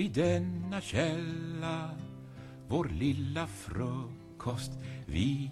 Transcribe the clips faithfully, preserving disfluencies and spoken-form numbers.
vid denna källa vår lilla frukost vi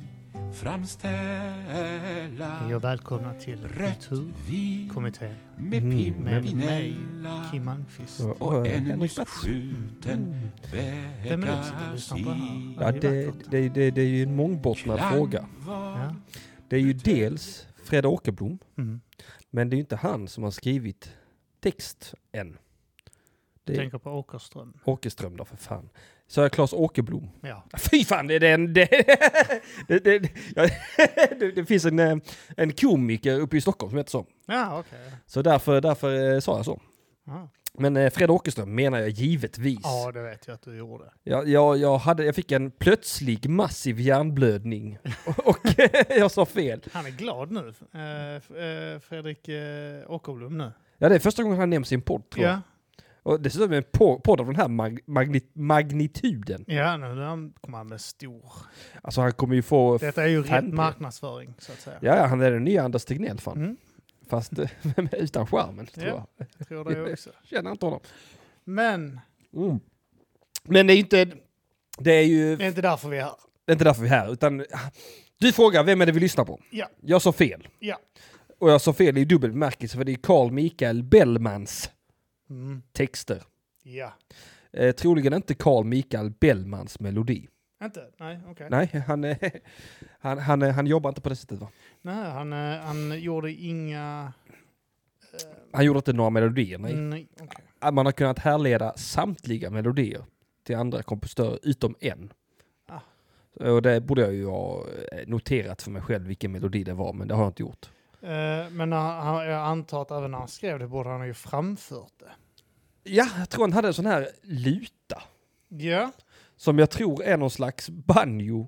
framställa. Jag välkomna till Kulturkommittén med med mig, Pimpinella Kim Malmqvist. och, och en nyss skjuten Vem är det som du lyssnar på här? Ja, det, det, det, det är ju en mångbottnad fråga. Ja. Det är ju dels Fred Åkerblom, Mm. men det är ju inte han som har skrivit text än. Det Du är tänker på Åkerström. Åkerström då, för fan. Så är Claes Åkerblom. Ja. Fy fan, det är den... Det, det, det, ja, det, det finns en, en komiker uppe i Stockholm som heter så. Ja, okej. Okay. Så därför, därför eh, sa jag så. Ja. Men eh, Fred Åkerström menar jag givetvis. ja, det vet jag att du gjorde. Jag, jag, jag, hade, jag fick en plötslig massiv hjärnblödning och, och jag sa fel. Han är glad nu, eh, Fredrik eh, Åkerblom nu. Ja, det är första gången han nämns i en podd, tror jag. Ja, Och dessutom en po- podd av den här mag- magnit- magnituden. ja nu nu kommer han med stor. Alltså han kommer ju få... Detta är ju fan- rätt marknadsföring, så att säga. Ja, ja, han är den nya Anders Tegnell, fan. Mm, Fast eh, utan skärmen, tror Ja. jag. jag tror det också. Känner inte honom. Men Mm. Men det är ju inte... Det är ju det är inte därför vi är här. det är inte därför vi är här, utan... Du frågar, vem är det vi lyssnar på? Ja. Jag sa fel. Ja. Och jag sa fel i dubbel bemärkelse, för det är Carl Michael Bellmans Mm. texter. Ja. Eh, troligen inte Carl Michael Bellmans melodi. Inte? Nej, okej. Nej, han, eh, han, han, eh, han jobbar inte på det sättet, va? Nej, han, eh, han gjorde inga... eh, Han gjorde inte några melodier, nej. nej, okej. Man har kunnat härleda samtliga melodier till andra kompositörer, utom en. Ah. Och det borde jag ju ha noterat för mig själv vilken melodi det var, men det har jag inte gjort. Eh, men när han, jag antar att även när han skrev det borde han ju framfört det. Ja, jag tror han hade en sån här luta. Ja. Som jag tror är någon slags banjo.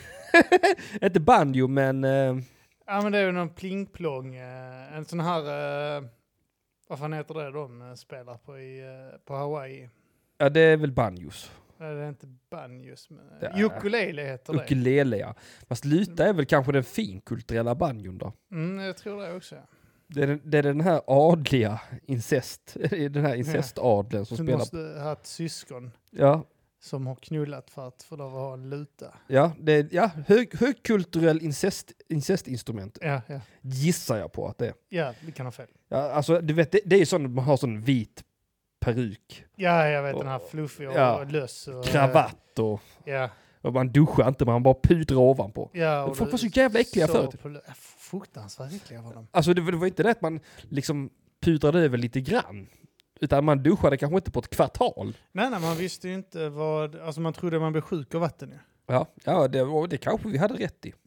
Inte banjo, men... Eh, Ja, men det är ju någon plingplong. Eh, en sån här... Eh, vad fan heter det de eh, spelar på, i, eh, på Hawaii? ja, det är väl banjos. Nej, det är inte banjos. Men, Det eh, är- ukulele heter det. Ukulele, ja. Fast luta är väl kanske den finkulturella banjon då. Mm, jag tror det också. Det är den, det är den här adliga incest, den här incestadeln som Du spelar. måste ha ett syskon Ja, som har knullat för att få lov att ha en luta. ja, det är ja, hög, högkulturell incest, incestinstrument. Ja, ja. Gissar jag på att det är. Ja, vi kan ha fel. Ja, alltså, du vet, det, det är ju sån man har sån vit peruk, Ja, jag vet Och- den här fluffig och ja. lös. Och, kravatt och, Ja, och man duschar inte, man bara pudrar ovanpå. ja. och Folk du var så jävla äckliga sov förut. på lö- ja, fruktansvärt äckliga var de. Alltså det, det var inte det att man liksom pudrade över lite grann. Utan man duschade kanske inte på ett kvartal. Nej, nej, man visste ju inte vad... Alltså man trodde man blev sjuk av vatten. Ja. Ja, ja det, och det kanske vi hade rätt i.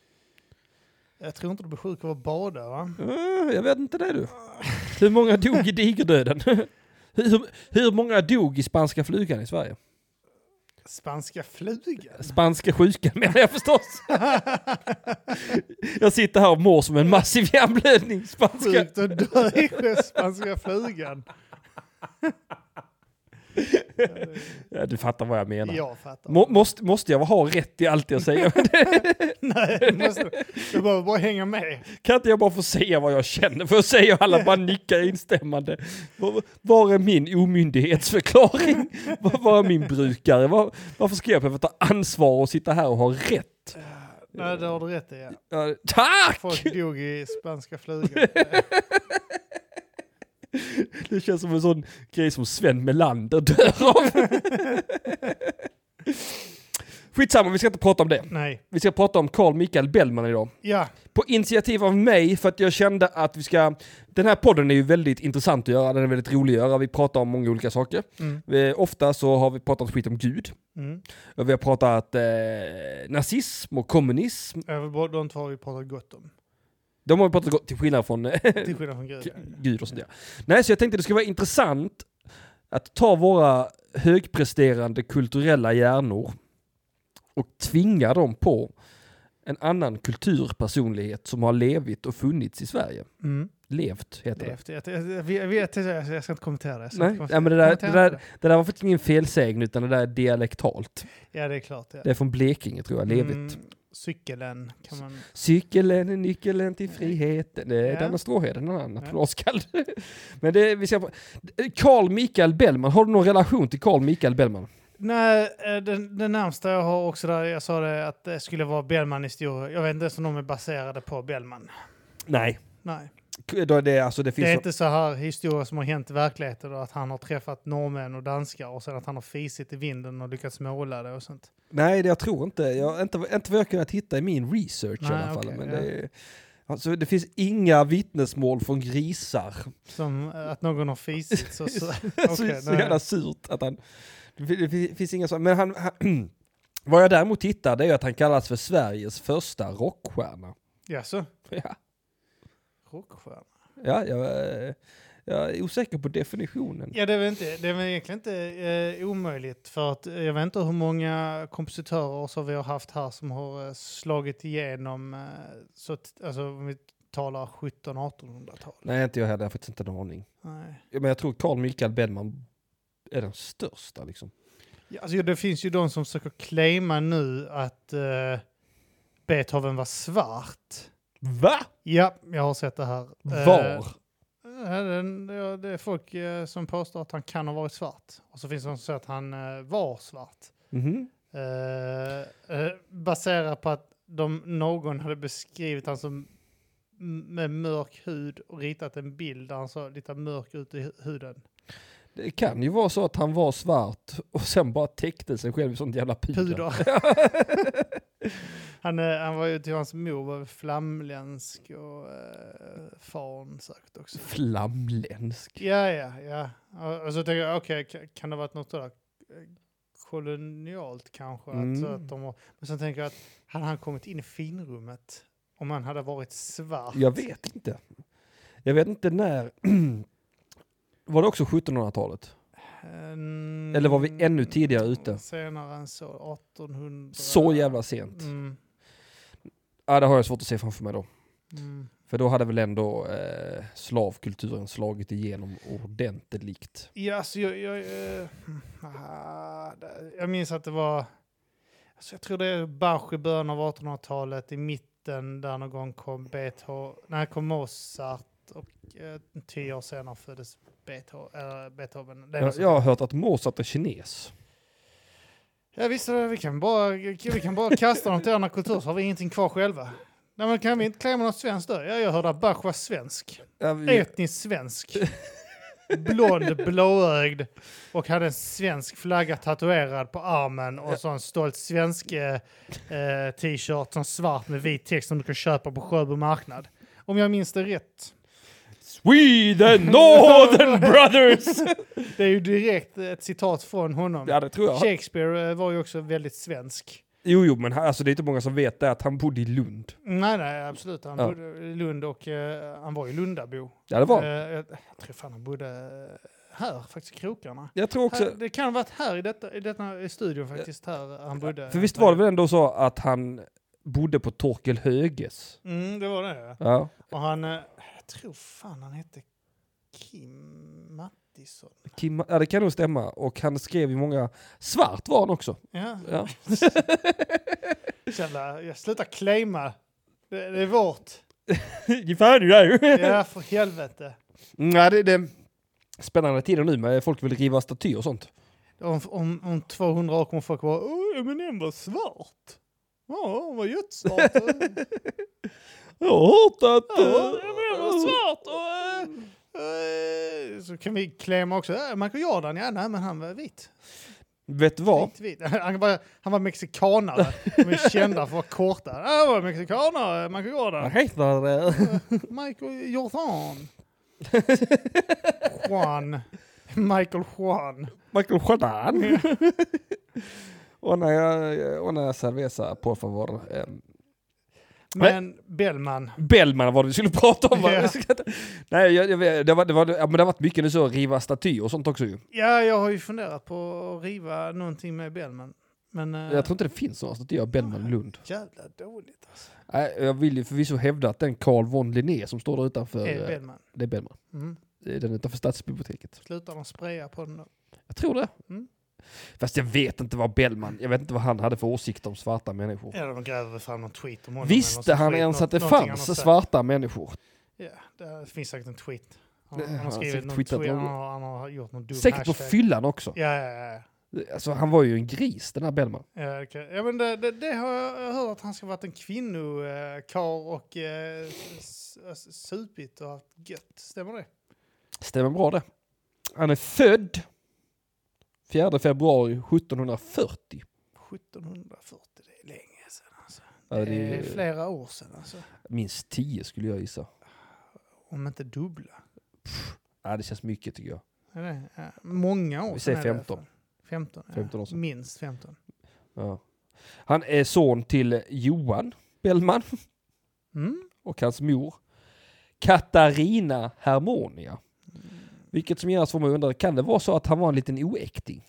Jag tror inte du blir sjuk av att bada, va? Uh, jag vet inte det du. Hur många dog i digerdöden? hur, hur många dog i spanska flugan i Sverige? Spanska flugan? Spanska sjukan menar jag förstås. Jag sitter här och mår som en massiv hjärnblödning. Spanska... Sjukt att dö i spanska flugan. Ja, du fattar vad jag menar. Jag fattar. Må, måste, måste jag ha rätt i allt jag säger? Nej, du måste, du behöver bara hänga med. Kan inte jag bara få säga vad jag känner? För att säga alla bara nickar instämmande. Var, var är min omyndighetsförklaring? Var, var är min brukare? Var, varför ska jag behöva ta ansvar och sitta här och ha rätt? Nej, det har du rätt i. Ja. Ja, tack! Folk dog i spanska flugan. Det känns som en sån grej som Sven Melander dör av. Skitsamma, vi ska inte prata om det. Nej. Vi ska prata om Carl Michael Bellman idag. Ja. På initiativ av mig, för att jag kände att vi ska... Den här podden är ju väldigt intressant att göra, den är väldigt rolig att göra. Vi pratar om många olika saker. Mm. Vi, ofta så har vi pratat skit om Gud. Mm. Och vi har pratat eh, nazism och kommunism. Över de två har vi pratat gott om. De har vi pratat gott till skillnad från eh, Till skillnad från Gud. Gud och sånt där. Nej, så jag tänkte det skulle vara intressant att ta våra högpresterande kulturella hjärnor och tvinga dem på en annan kulturpersonlighet som har levt och funnits i Sverige. Mm. Levt heter Det det. är efter, jag, jag, jag, vet, jag ska inte kommentera det. Jag ska Nej, inte kommentera- ja, men det, där, det, kommentera där, det där var faktiskt ingen felsägning utan det där är dialektalt. Ja, det är klart. Ja. Det är från Blekinge tror jag, Levit. Mm, cykeln kan man... Cykeln är nyckeln till friheten. Det är Ja. Danne Stråheden, en annan Ja. nationalskald. Men det, vi ser på... Carl Michael Bellman, har du någon relation till Carl Michael Bellman? Nej, eh, den, den närmsta jag har också där, jag sa det att det skulle vara Bellman-historia. Jag vet inte ens om de är baserade på Bellman. Nej. Nej. Då är det, alltså, det finns Det är så... inte så här historier som har hänt i verkligheten, då, att han har träffat norrmän och danskar och sen att han har fisit i vinden och lyckats måla det och sånt. Nej, det jag tror inte. Jag, inte. Inte vad jag kunnat hitta i min research Nej, i alla fall. okej, Men ja. det, är, alltså, det finns inga vittnesmål från grisar. Som att någon har fisit. Så, så, så, okej, så nej. jävla surt att han... Det, det, det finns inga så. Men han... han vad jag däremot hittar, det är att han kallas för Sveriges första rockstjärna. Jaså? Ja. Rockstjärna? Ja, jag, eh, jag är osäker på definitionen. Ja, det är väl, inte, det är väl egentligen inte eh, omöjligt. För att eh, jag vet inte hur många kompositörer som vi har haft här som har eh, slagit igenom, eh, så att, alltså om vi talar sjuttonhundra-artonhundratal. Nej, inte jag heller. Jag har faktiskt inte en aning. Nej. Ja, men jag tror Carl Michael Bellman är den största liksom. Ja, alltså, det finns ju de som försöker claima nu att eh, Beethoven var svart. Va? Ja, jag har sett det här. Var? Eh, Ja, det, ja, det är folk eh, som påstår att han kan ha varit svart. Och så finns det de som säger att han eh, var svart. Mhm. Eh, eh, baserat på att de, någon hade beskrivit han som m- med mörk hud och ritat en bild där han såg lite mörk ut i hu- huden. Det kan ju vara så att han var svart och sen bara täckte sig själv i sånt jävla puder. Puder. han, eh, han var ju till hans mor var flamländsk och eh, fan sagt också. Flamländsk. Ja, ja, ja. Och, och så tänker jag, okej, okay, kan det ha varit något sådär kolonialt kanske? Mm. Att, så att de var, men sen tänker jag att hade han kommit in i finrummet om han hade varit svart? Jag vet inte. Jag vet inte när. Var det också sjuttonhundratalet? Mm, Eller var vi ännu tidigare ute? Senare än så, artonhundra. Så jävla sent. Mm, Ja, det har jag svårt att se framför mig då. mm. För då hade väl ändå eh, slavkulturen slagit igenom ordentligt. Ja, alltså jag, jag, eh, ah, det- jag minns att det var, alltså jag tror det är Bach i början av artonhundratalet, i mitten där någon gång kom Beethoven, när kom Mozart och eh, tio år senare föddes Beethoven. Äh, Beethoven. Det är Jag, något sånt. jag har hört att Mozart är kines. Ja visst, vi kan bara, vi kan bara kasta dem till annan kultur så har vi ingenting kvar själva. Nej, men kan vi inte klämma något svenskt då? Ja, jag hörde att Bach var svensk. Ja, vi- Etnisk svensk. Blond, blåögd och hade en svensk flagga tatuerad på armen och så en stolt svensk eh, eh, t-shirt som svart med vit text som du kan köpa på Sjöbo marknad. Om jag minns det rätt. Sweden Northern Brothers! Det är ju direkt ett citat från honom. Ja, det tror jag. Shakespeare eh, var ju också väldigt svensk. Jo, jo, men han- alltså, det är inte många som vet det, att han bodde i Lund. Nej, nej, absolut. Han Ja. bodde i Lund och eh, han var ju Lundabo. Ja, det var Eh, jag, jag tror fan han bodde här, faktiskt i krokarna. Jag tror också... Här, det kan ha varit här i, detta, i, detta, i studion faktiskt, här han bodde. För visst var det väl ändå så att han bodde på Torkel Höges? Mm, det var det. Ja. Ja. Och han, eh, jag tror fan han hette Kim Mattisson. Kim, ja, det kan nog stämma. Och han skrev ju många... Svart var han också. Ja. Ja. Jävla, jag slutar claima. Det, det är vårt. Ge fan du är. Ja, för helvete. Nej, det, det är spännande tider nu med folk vill riva statyer och sånt. Om, om, om tvåhundra år kommer folk vara, åh, Eminem var svart. Ja, han var jättesvart. Jag har hört att... Ja, Eminem var svart. Och, eh, eh, så kan vi klämma också, äh, Michael Jordan, ja, nej, men han var vit. Vet du vad? Vit, vit. Han, var, han var mexikanare. De är kända för att vara korta. Ja, han var mexikanare, Michael Vad Jordan. heter det? Michael Jordan. Juan. Michael Juan. Michael Jordan. Una, una cerveza, por favor. Um, Men Bellman. Bellman var det du skulle prata om. Va? Ja. Nej, jag, jag, vet- det, var, det, var, ja, men det har varit mycket nu så, riva statyer och sånt också ju. Ja, jag har ju funderat på att riva någonting med Bellman. Men eh, Jag tror inte det finns några statyer av Bellman i Lund. jävla dåligt alltså. Nej, jag vill ju förvisso hävda att den Carl von Linné som står där utanför, Är eh, Bellman. det är Bellman. Mm. Det är den utanför stadsbiblioteket. Slutar de spraya på den då? Jag tror det. Mm. Fast jag vet inte vad Bellman, jag vet inte vad han hade för åsikter om svarta människor. Ja, de grävde fram någon tweet om honom. Visste han ens att det fanns svarta människor? Ja, det finns säkert en tweet. Han, Det- han har han har skrivit säkert någon tweetat tweet, någon- han, har, han har gjort någon dum Säkert på hashtag. fyllan också. Ja, ja, ja. Alltså, han var ju en gris, den här Bellman. Ja, okay. ja men det, det, det har jag hört att han ska varit en kvinnokar och eh, s- s- supit och haft gött. Stämmer det? Stämmer bra det. Han är född fjärde februari sjuttonhundrafyrtio. sjuttonhundrafyrtio, det är länge sedan alltså. Ja, Det det är är flera år sedan alltså. minst tio skulle jag gissa. Om inte dubbla. Ja, det känns mycket tycker jag. Är det? Ja, många år Vi sedan säger är det i alla femton. fall. femton, ja. femton år sedan. Minst femton. Ja. Han är son till Johan Bellman Mm? och hans mor Katarina Harmonia. Vilket som gör oss för mig undra, kan det vara så att han var en liten oäkting?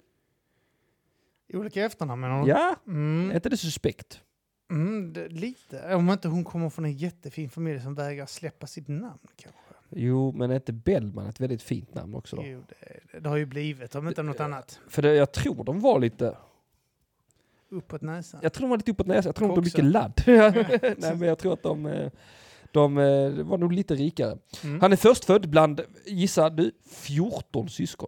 Olika efternamn menar du? Ja, Mm. är inte det suspekt? Mm, det, lite. Om inte hon kommer från en jättefin familj som vägrar släppa sitt namn kanske. Jo, men är inte Bellman ett väldigt fint namn också då? Jo, det, det, det har ju blivit, om inte något annat. För det, jag tror de var lite, Uppåt näsan. jag tror de var lite uppåt näsan, jag tror de var Koxa. mycket ladd. Nej, men jag tror att de, eh, de eh, var nog lite rikare. Mm. Han är förstfödd bland, gissa du, fjorton syskon.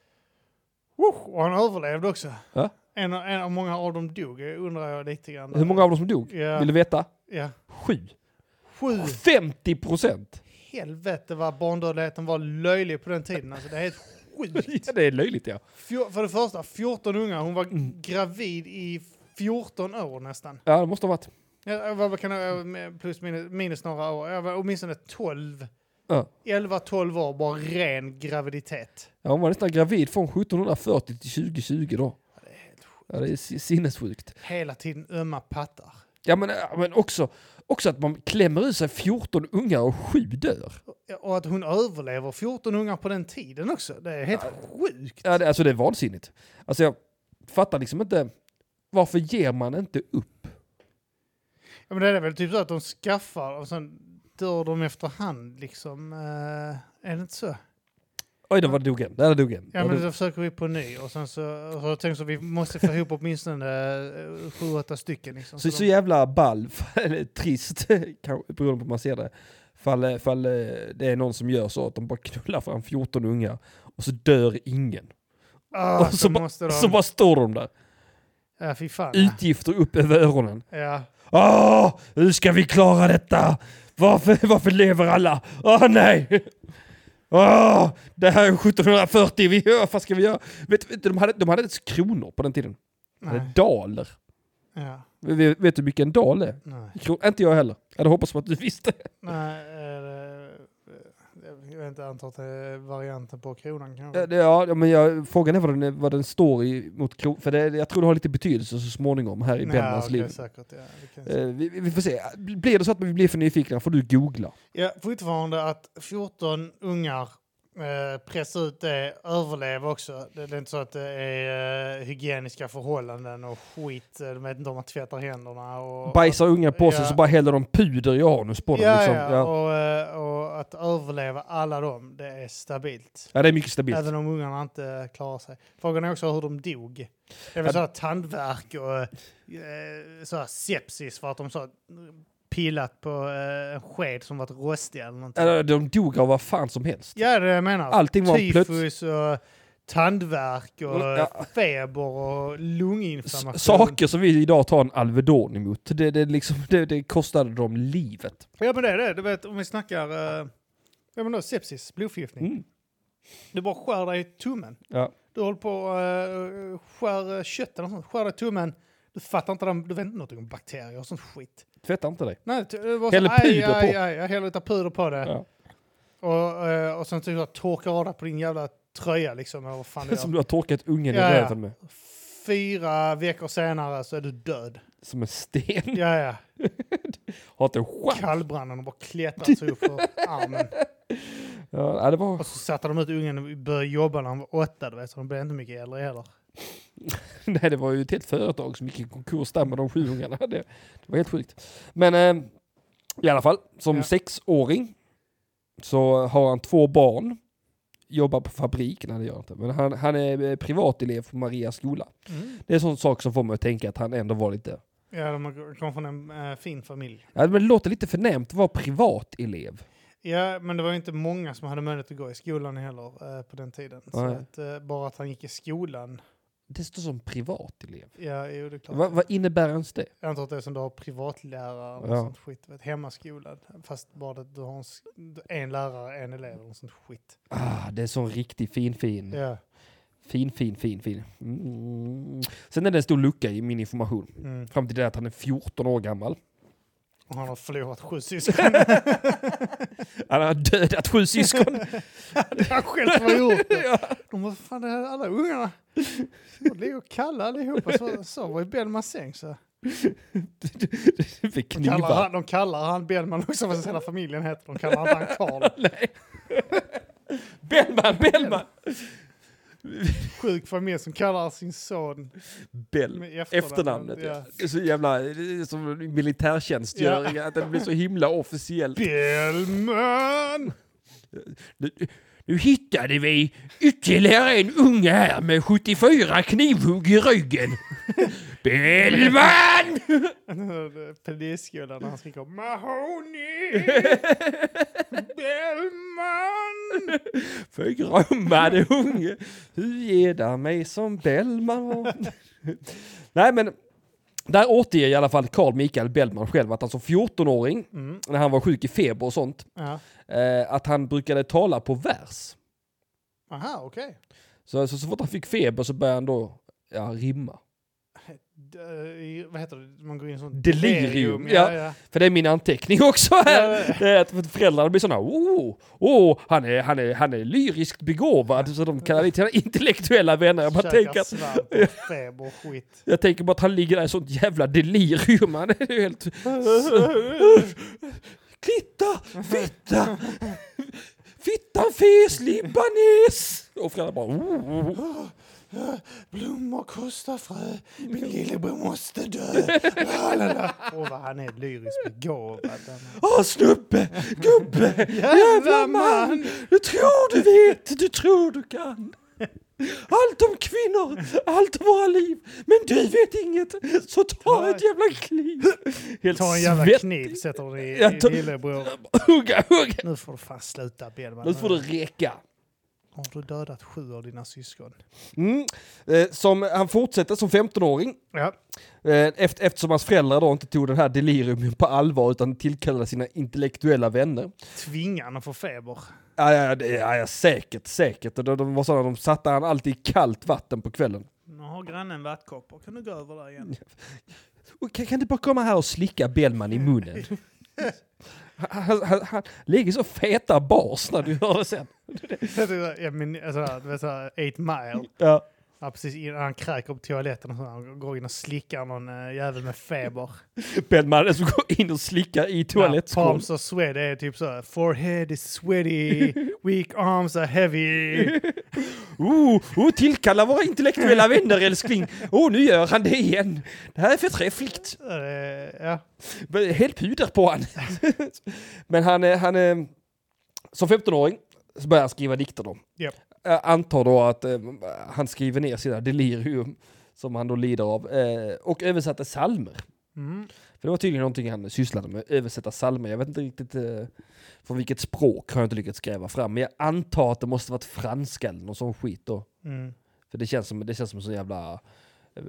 Oh, och han överlevde också. Ja. En, av- en av många av dem dog, undrar jag lite grann. Hur många av dem som dog? Ja. Vill du veta? Ja. Sju. Sju. femtio procent! Helvete vad barndödligheten var löjlig på den tiden. Alltså, det är helt sjukt. Ja, det är löjligt ja. Fjor, för det första, fjorton unga. Hon var Mm. gravid i fjorton år nästan. Ja, det måste ha varit. Ja, vad kan jag, med plus minus, minus några år. Jag var åtminstone tolv, Ja. elva tolv år, bara ren graviditet. Ja, hon var nästan gravid från sjuttonhundrafyrtio till tjugo tjugo då. Det är helt sjukt. Ja, det är si- sinnessjukt. Hela tiden ömma pattar. Ja, men, ja, men också, också att man klämmer ut sig fjorton ungar och sju dör. Och att hon överlever fjorton ungar på den tiden också. Det är helt sjukt. Ja, det, alltså det är vansinnigt. Alltså jag fattar liksom inte, varför ger man inte upp? Ja, men det är väl typ så att de skaffar och sen dör de efterhand liksom. Eh, är det inte så? Oj, det var dog en. Där dog en. Ja, Där men dog- då försöker vi på ny och sen så, så jag tänkte så vi måste få ihop åtminstone eh, sju, åtta stycken. Liksom. Så, så de, jävla ball, eller trist, kanske, beroende på hur man ser det. Fall, fall eh, det är någon som gör så att de bara knullar fram fjorton unga och så dör ingen. ah, och så, så, ba, måste de... så bara står de där. Ja, fy fan. Utgifter upp över öronen. Ja. Åh, hur ska vi klara detta? Varför, varför lever alla? Åh nej! Åh, det här är sjuttonhundrafyrtio, vi, vad fan ska vi göra? Vet, vet du, de hade, de hade inte kronor på den tiden. De hade Nej. daler. Ja. Vet, vet du hur mycket en dal är? Nej. Kron- inte jag heller. Jag hade hoppats på att du visste. Nej, eh, det- jag vet inte, jag antar att det är varianten på kronan kanske. Ja, det- ja, men jag, frågan är vad den, vad den står i mot kron. För det, jag tror det har lite betydelse så småningom här i Bellmans okej, liv. säkert, ja, det kan Eh, vi, vi får se. Blir det så att vi blir för nyfikna får du googla. Ja, fortfarande att fjorton ungar eh, pressar ut det, överlever också. Det, det är inte så att det är eh, hygieniska förhållanden och skit. eh, De vet inte om man tvättar händerna. Och, Bajsar unga på sig Ja. så bara häller de puder i anus på dem. Ja, Liksom. ja, Ja. Och, eh, och att överleva alla dem, det är stabilt. Ja, det är mycket stabilt. Även om ungarna inte klarar sig. Frågan är också hur de dog. Det är väl Ja. så här tandvärk och eh, så här sepsis för att de så här pillat på eh, en sked som varit rostig eller någonting. Ja, de dog av vad fan som helst. Ja, det är det jag menar. Allting var Tyfus och tandvärk och Ja. feber och S- lunginflammation. saker som vi idag tar en Alvedon emot. Det, det, liksom, det, det kostade dem livet. Ja, men det är det. Du vet, om vi snackar eh, ja, men då, sepsis, blodförgiftning. Mm. Du bara skär dig i tummen. Ja. Du håller på och uh, skär uh, kött eller något sånt. Skär dig i tummen. Du fattar inte, dem, du vet inte något om bakterier och sånt skit. Tvätta inte dig. Nej, det var Häller så, aj, puder aj, på. aj, jag häller lite puder på det. Ja. Och, eh, och sen typ så torkar av det på din jävla tröja liksom. Eller vad fan det Som är. du har torkat ungen Ja, i ja. röven med. Fyra veckor senare så är du död. Som en sten. Ja, ja. Har inte en chans. Kallbranden och bara klättrat sig upp för armen. Ja, det var... Och så satte de ut ungen och började jobba när han var åtta, du vet. Så de blev inte mycket äldre heller. Nej, det var ju ett helt företag som gick i konkurs där med de sju ungarna. Det, det var helt sjukt. Men eh, i alla fall, som Ja. sexåring så har han två barn. jobbar på fabrik. Nej, det gör inte. Men han, han är privatelev på Maria skola. Mm. Det är en sån sak som får mig att tänka att han ändå var lite... Ja, de kom från en äh, fin familj. Ja, men det låter lite förnämt att vara privatelev. Ja, men det var ju inte många som hade möjlighet att gå i skolan heller äh, på den tiden. Så att, äh, bara att han gick i skolan. Det står som privatelev. Ja, jo, det är klart. Va, vad innebär ens det? Jag antar att det är som du har privatlärare och Ja. sånt skit. Vet, hemmaskolan. Fast bara att du har en, en lärare, en elev och sånt skit. Ah, det är sån riktig fin, fin. Ja. Fin, fin, fin, fin. Mm. Sen är det en stor lucka i min information. Mm. Fram till det att han är fjorton år gammal. Och han har förlorat sju syskon. Han har dödat sju syskon. Det har han själv som har gjort det. Ja. De var fan det här alla ungarna. De ligger och kallar allihopa. Så, så var i Bellmans säng så. För De knivar. kallar, han, de kallar han Bellman också vad hela familjen heter. De kallar han han Karl. Nej. Bellman, Bellman. Sjuk familj som kallar sin son Bell. med efternamn. Efternamnet. Ja. Ja. Det är så jävla det är som militärtjänstgöring. Ja. Att det blir så himla officiellt. Bellman! Nu, nu hittade vi ytterligare en unge här med sjuttiofyra knivhugg i ryggen. Bellman! Polisskolan när han skriker Mahoney! Bellman! Förgrummade unge. Hur ger det mig som Bellman? Nej, men där återger i alla fall Carl Michael Bellman själv att han som fjorton-åring, Mm. när han var sjuk i feber och sånt, Ja. eh, att han brukade tala på vers. Aha, okej. Okay. Så, så, så fort han fick feber så började han då ja, rimma. D- vad heter det? Man går in i sånt Delirium, Ja, ja. ja. För det är min anteckning också här. Ja, ja. Det är att föräldrarna blir sådana, oh, oh, han är, han är, han är lyriskt begåvad. Så de kallar det till intellektuella vänner. Jag bara Käkar tänker att, svamp och feber och skit. jag tänker bara att han ligger där i sånt jävla delirium. Han är ju helt... Klitta, fitta, fittan fes, libanes. Och föräldrarna bara, oh, oh. Blommor kostar frö, min lillebror måste dö. Åh, vad han är lyriskt begåvad. Åh, snubbe, gubbe, jävla Jävla man. man. Du tror du vet, du tror du kan. Allt om kvinnor, allt om våra liv. Men du vet inget, så ta ett jävla kliv. Helt Ta en jävla svettig. kniv, sätter du i, Jag i tar- lillebror. Hugga, hugga. Nu får du fan sluta, Bellman. Nu får du reka. Har du dödat sju av dina syskon? Mm. Eh, som, han fortsätter som femton-åring. Ja. Eh, efter, eftersom hans föräldrar då inte tog den här delirium på allvar utan tillkallade sina intellektuella vänner. Tvinga han att få feber. Ja, ja, det, ja, ja säkert, säkert. Och de, de var sådana, de satte han alltid i kallt vatten på kvällen. Nu har grannen vattkoppor. Kan du gå över där igen? Och kan, kan du bara komma här och slicka Bellman i munnen? Han, han, han, han lägger så feta bas när du hör det sen. Ja, men, alltså, du vet såhär, eight mile. Ja. Ja, precis innan han kräker på toaletten och så, han går in och slickar någon äh, jävel med feber. Bellman som går in och slickar i Ja, toalettskål. palms are sweaty, är typ så. Forehead is sweaty, weak arms are heavy. Oh, oh, tillkalla våra intellektuella vänner, älskling. Oh, nu gör han det igen. Det här är förträffligt. Uh, ja. Helt puder på han. Men han är, han är, som femton-åring så börjar han skriva dikter då. Yep. Jag antar då att eh, han skriver ner sina delirium som han då lider av eh, och översatte salmer. Mm. För det var tydligen någonting han sysslade med, översätta salmer. Jag vet inte riktigt eh, från vilket språk har jag inte lyckats gräva fram. Men jag antar att det måste varit franska eller någon sån skit då. Mm. För det känns som, det känns som en sån jävla eh,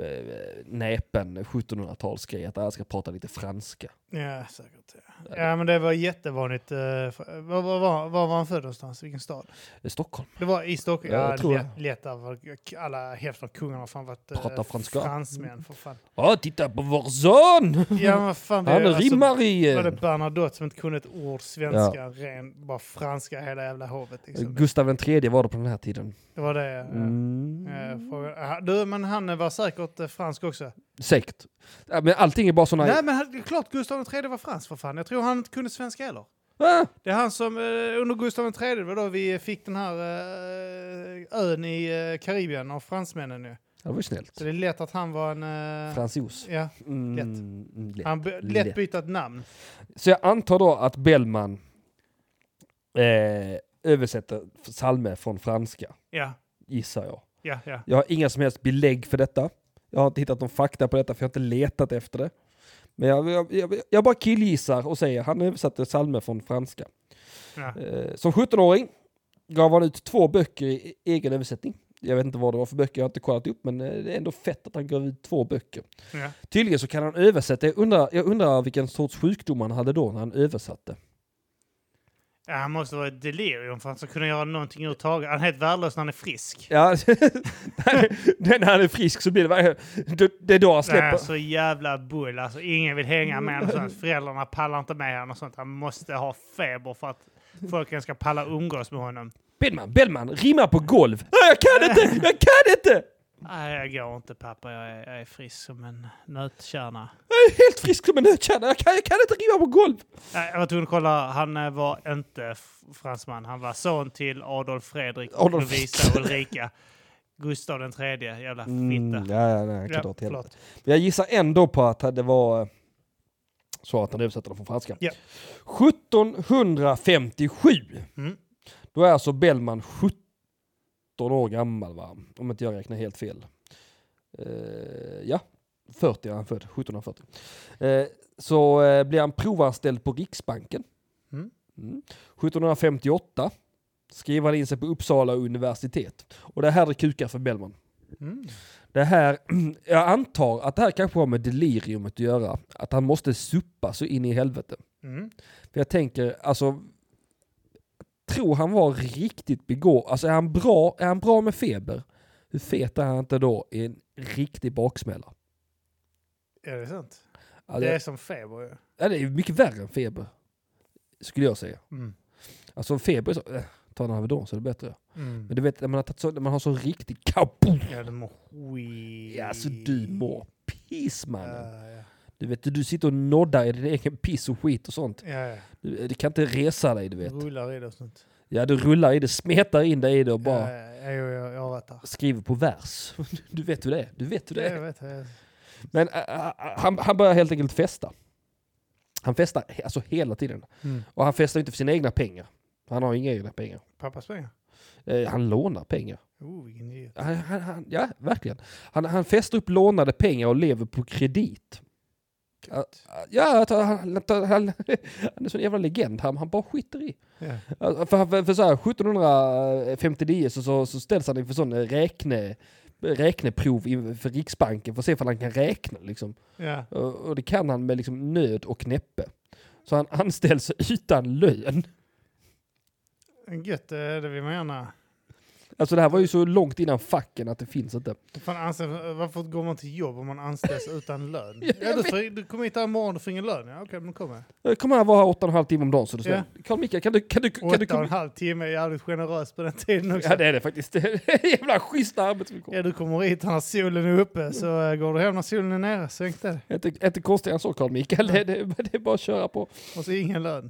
näpen sjuttonhundratalsgrej att jag ska prata lite franska. Ja, säkert. Ja. Ja, men det var jättevanligt. Uh, var, var, var, var var han född någonstans? Vilken stad? Det är Stockholm. Det var i Stockholm. Ja, jag Ja, tror lätt, lätt av alla hälften av kungarna har fan varit uh, Pratar franska. fransmän. För fan. Ja, titta på vår son! Ja, men fan, Han det, alltså, rimmar i... var det Bernadotte som inte kunde ett ord svenska, ren, bara franska hela jävla hovet. Liksom. Gustav den tredje var det på den här tiden. Det var det. Mm. Uh, för, du, men han var säkert uh, fransk också. Säkert. Ja, men allting är bara såna... Nej, men det är klart Gustav den tredje var fransk för fan. Jag tror han inte kunde svenska heller. Ah! Det är han som uh, under Gustav den tredje var då vi fick den här uh, ön i uh, Karibien av fransmännen nu. Det var ju snällt. Så det är lätt att han var en... Uh, Fransos. ja, Mm, lätt. mm, lätt. han be- lätt Lätt. byta ett namn. Så jag antar då att Bellman eh, översätter psalmer från franska. Ja. Gissar jag. Ja, ja. Jag har inga som helst belägg för detta. Jag har inte hittat någon fakta på detta för jag har inte letat efter det. Men jag, jag, jag, jag bara killgissar och säger han översatte psalmer från franska. Ja. Eh, som sjutton-åring gav han ut två böcker i egen översättning. Jag vet inte vad det var för böcker, jag har inte kollat upp, men det är ändå fett att han gav ut två böcker. Ja. Tydligen så kan han översätta. Jag undrar, jag undrar vilken sorts sjukdom han hade då när han översatte. Ja, han måste vara ett delirium för att han ska kunna göra någonting överhuvudtaget. Han är helt värdelös när han är frisk. Ja, när han är frisk så blir det, det är då han släpper. Det är så jävla bull. Alltså, ingen vill hänga med honom. Sånt. Föräldrarna pallar inte med honom och sånt. Han måste ha feber för att folk ska palla umgås med honom. Bellman, Bellman, rimma på golv. Jag kan inte, jag kan inte! Nej, jag går inte pappa. Jag är, jag är frisk som en nötkärna. Jag är helt frisk som en nötkärna. Jag kan, jag kan inte rimma på golv. Nej, jag var tvungen att kolla. Han var inte f- fransman. Han var son till Adolf Fredrik och Adolf. Lovisa Ulrika. Gustav den tredje. Jävla fitta. Mm, ja, ja, nej, jag kan Ja, dra till förlåt. helvete. Men jag gissar ändå på att det var så att han översatte dem från franska. Ja. sjuttonhundrafemtiosju. Mm. Då är alltså Bellman sjutton år gammal, va? Om inte jag räknar helt fel. Uh, ja, fyrtio är han född. sjuttonhundrafyrtio. Uh, så uh, blir han provanställd på Riksbanken. Mm. Mm. sjuttonhundrafemtioåtta skriver han in sig på Uppsala universitet. Och det här är kukar för Bellman. Mm. Det här, jag antar att det här kanske har med deliriumet att göra. Att han måste suppa så in i helvete. Mm. För jag tänker, alltså, tror han var riktigt begåvad. Alltså är han bra, är han bra med feber? Hur fet är han inte då i en riktig baksmälla? Är det sant? Ja, Det är det, som feber ju. ja, det är mycket värre än feber. Skulle jag säga. Mm. Alltså feber är så, äh, ta en Alvedon så är det bättre. Mm. Men du vet, när man har, tagit så, när man har så riktigt kaboom. Ja, det mår skit. Ja, så du mår piss, mannen. Ja, ja. Du vet, du sitter och noddar i din egen piss och skit och sånt. Ja, ja. Du, du kan inte resa dig, du vet. Rullar i det och sånt. Ja, du rullar i det, smetar in dig i det och bara Ja, ja, ja, jag, jag har varit där. skriver på vers. Du vet hur det är. Du vet hur det Ja, är. jag vet, jag vet. Men äh, äh, han, han börjar helt enkelt festa. Han festar he- alltså hela tiden. Mm. Och han festar inte för sina egna pengar. Han har inga egna pengar. Pappas pengar? Eh, han lånar pengar. Oh, vilken idiot. Han, han, han, ja, verkligen. Han, han festar upp lånade pengar och lever på kredit. Uh, ja, jag tar- han, han, han, han är så en jävla legend. Han, han bara skiter i. Ja. Uh, för, för, för så här, sjuttonhundrafemtionio så, så, så ställs han inför sån räkne, räkneprov in- för Riksbanken för att se om han kan räkna. Liksom. Ja. Och, och det kan han med liksom nöd och näppe. Så han anställs utan lön. Gött, det är det vi menar. Alltså det här var ju så långt innan facken att det finns inte. Fan, anställ, varför går man till jobb om man anställs utan lön? Ja, Ja, du, får, du kommer hit här imorgon och får ingen lön. Ja, okej, men kom med. Jag kommer här vara här åtta och en halv timme om dagen. Så du säger, Ja. Carl Mikael, kan du, kan du, kan du Åtta och en komma? halv timme är jävligt generös på den tiden också. Ja, det är det faktiskt. Det är jävla schyssta arbetsvillkor. Ja, du kommer hit när solen är uppe, så uh, går du hem när solen är nere. Så enkelt är det. Inte, inte konstigare än så, Carl Mikael. Det, det, det är bara att köra på. Och så ingen lön.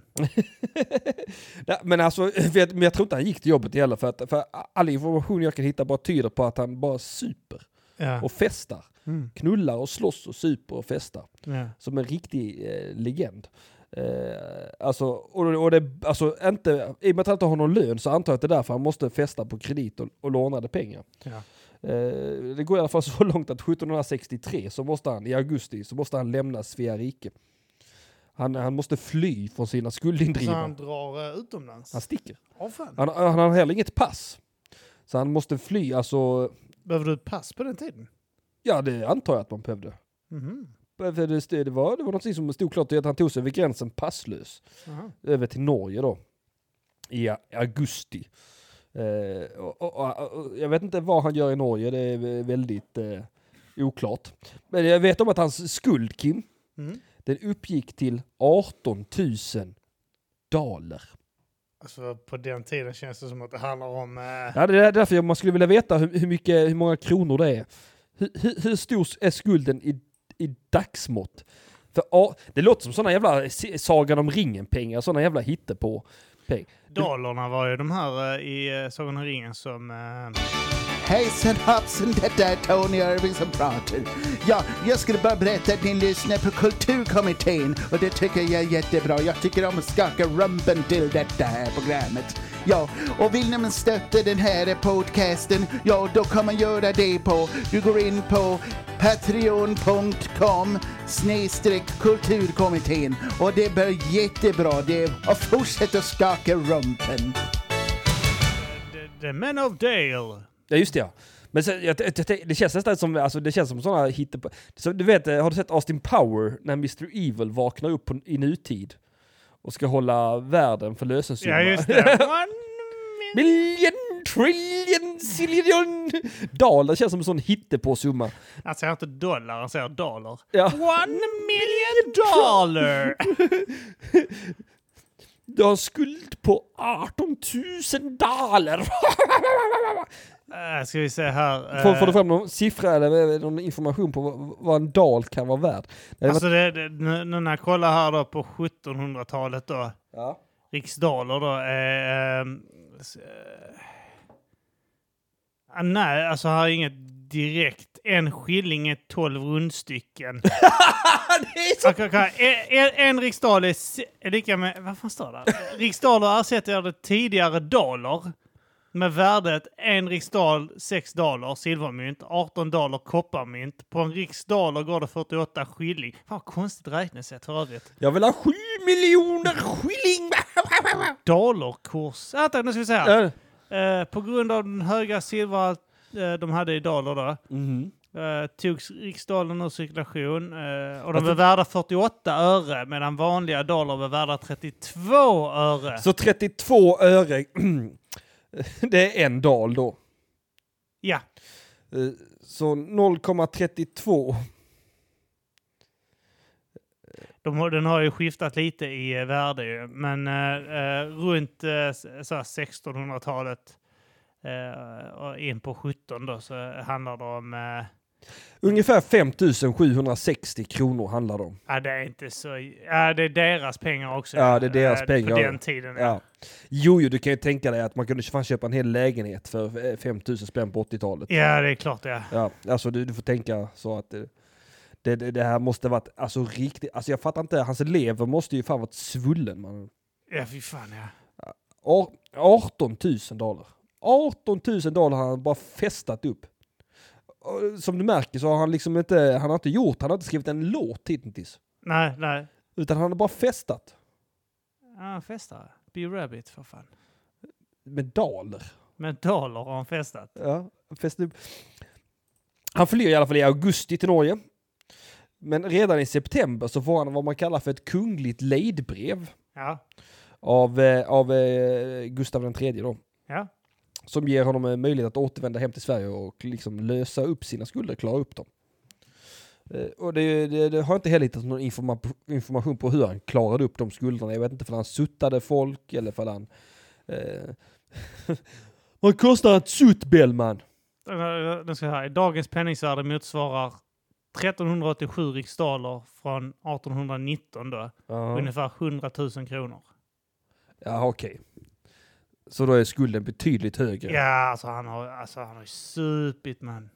Nej, men alltså, för jag, men jag tror inte han gick till jobbet heller. För, att, för all information jag kan hitta bara tyder på att han bara super Ja. och festar. Mm. Knullar och slåss och super och festar. Ja. Som en riktig eh, legend. Eh, alltså, och, och det, alltså inte, i och med att han inte har någon lön så antar jag att det är därför han måste festa på kredit och, och lånade pengar. Ja. Eh, det går i alla fall så långt att sjuttonhundrasextiotre så måste han, i augusti, så måste han lämna Svea rike. Han, han måste fly från sina Så skuldindrivare. han drar uh, utomlands? Han sticker. Åh fan. Han, han har heller inget pass. Så han måste fly, alltså, Behöver du ett pass på den tiden? ja det antar jag att man behövde. Mhm. För Det, det, var, det var något som stod klart i att han tog sig över gränsen passlös. Aha. Över till Norge då. I a- augusti. Eh, och, och, och, och, jag vet inte vad han gör i Norge, det är väldigt eh, oklart. Men jag vet om att hans skuld, Kim, Mm. den uppgick till arton tusen daler. Alltså på den tiden känns det som att det handlar om... Uh, Ja, det är därför man skulle vilja veta hur, hur, mycket, hur många kronor det är. Hur, hur, hur stor är skulden i, i dagsmått? För ja, det låter som sådana jävla Sagan om ringen-pengar, sådana jävla hittepå pengar. Dalarna var ju de här uh, i uh, Sagan om ringen som... Uh, Hejsan hoppsan, detta är Tony Irving som pratar. Ja, jag skulle bara berätta att ni lyssnar på Kulturkommittén och det tycker jag är jättebra. Jag tycker om att skaka rumpen till detta här programmet. Ja, och vill man stötta den här podcasten, ja då kan man göra det på, du går in på patreon punkt com snedstreck kulturkommittén och det blir jättebra det och fortsätt att skaka rumpen. The, the Men of Dale. Ja, just det, ja. Men så, jag, jag, det känns nästan som, alltså, det känns som sådana hittepå. Så, du vet, har du sett Austin Power när mister Evil vaknar upp på, i nutid och ska hålla världen för lösensumma? Ja, just det. One million, trillion, zillion dollar. Det känns som en sån hittepå-summa. Han säger inte dollar, han säger dollar. Ja. One million dollar! Du har en skuld på arton tusen dollar. Uh, ska vi se här. Uh, Får, får du fram någon siffra eller någon information på vad, vad en dal kan vara värd? Det alltså var... det, det, nu, nu när jag kollar här då på sjuttonhundratalet då. Ja. Riksdaler då. Uh, uh, uh, nej, alltså här är inget direkt. En skilling är tolv rundstycken. Det är så... Okay, okay. En, en riksdal är, är lika med... Vad fan står det? Riksdaler ersätter det tidigare daler med värdet en riksdal sex daler silvermynt, arton daler kopparmynt. På en riksdaler går det fyrtioåtta skilling. Fan vad konstigt räknesätt för övrigt. Jag vill ha sju miljoner skilling! Dollarkurs. Vänta, nu ska vi se här. Ja. Uh, på grund av den höga silver uh, de hade i daler då. Mm. Uh, togs riksdalen ur cirkulation uh, och de Fast var värda fyrtioåtta öre medan vanliga dollar var värda trettiotvå öre. Så trettiotvå öre, det är en dal då. Ja. Uh, så noll komma trettiotvå. De har, den har ju skiftat lite i uh, värde ju, men uh, uh, runt uh, så sextonhundratalet uh, och in på sjutton då så handlar det om... Uh, Ungefär fem tusen sjuhundrasextio kronor handlar det om. Ja, det är inte så... Ja, det är deras pengar också. Ja, det är deras uh, pengar. På den tiden. Ja. Jo, jo, du kan ju tänka dig att man kunde fan köpa en hel lägenhet för fem tusen spänn på åttiotalet. Ja, det är klart, ja. Ja, alltså du, du får tänka så att det, det, det, det här måste varit alltså riktigt... Alltså jag fattar inte, hans lever måste ju fan varit svullen, man. Ja, fy fan, ja. arton tusen dollar. arton tusen dollar har han bara festat upp. Som du märker så har han liksom inte, han har inte gjort, han har inte skrivit en låt hittills. Nej, nej. Utan han har bara festat. Ja, festar. Be Rabbit, för fan. Med daler. Med dollar har han festat. Ja, festat upp. Han flyr i alla fall i augusti till Norge. Men redan i september så får han vad man kallar för ett kungligt lejdbrev. Ja. Av, eh, av eh, Gustav den tredje då. Ja. Som ger honom en möjlighet att återvända hem till Sverige och liksom lösa upp sina skulder, klara upp dem. Eh, och det, det, det har inte heller hittat någon informa- information på hur han klarade upp de skulderna. Jag vet inte för han suttade folk eller för han... Eh, vad kostar ett sutt, Bellman? Den ska här. I dagens penningsvärde motsvarar trettonhundraåttiosju riksdaler från artonhundranitton då. Uh-huh. Ungefär hundratusen kronor. Ja, okej. Okay. Så då är skulden betydligt högre. Ja, alltså han har, alltså, han har ju supit, man.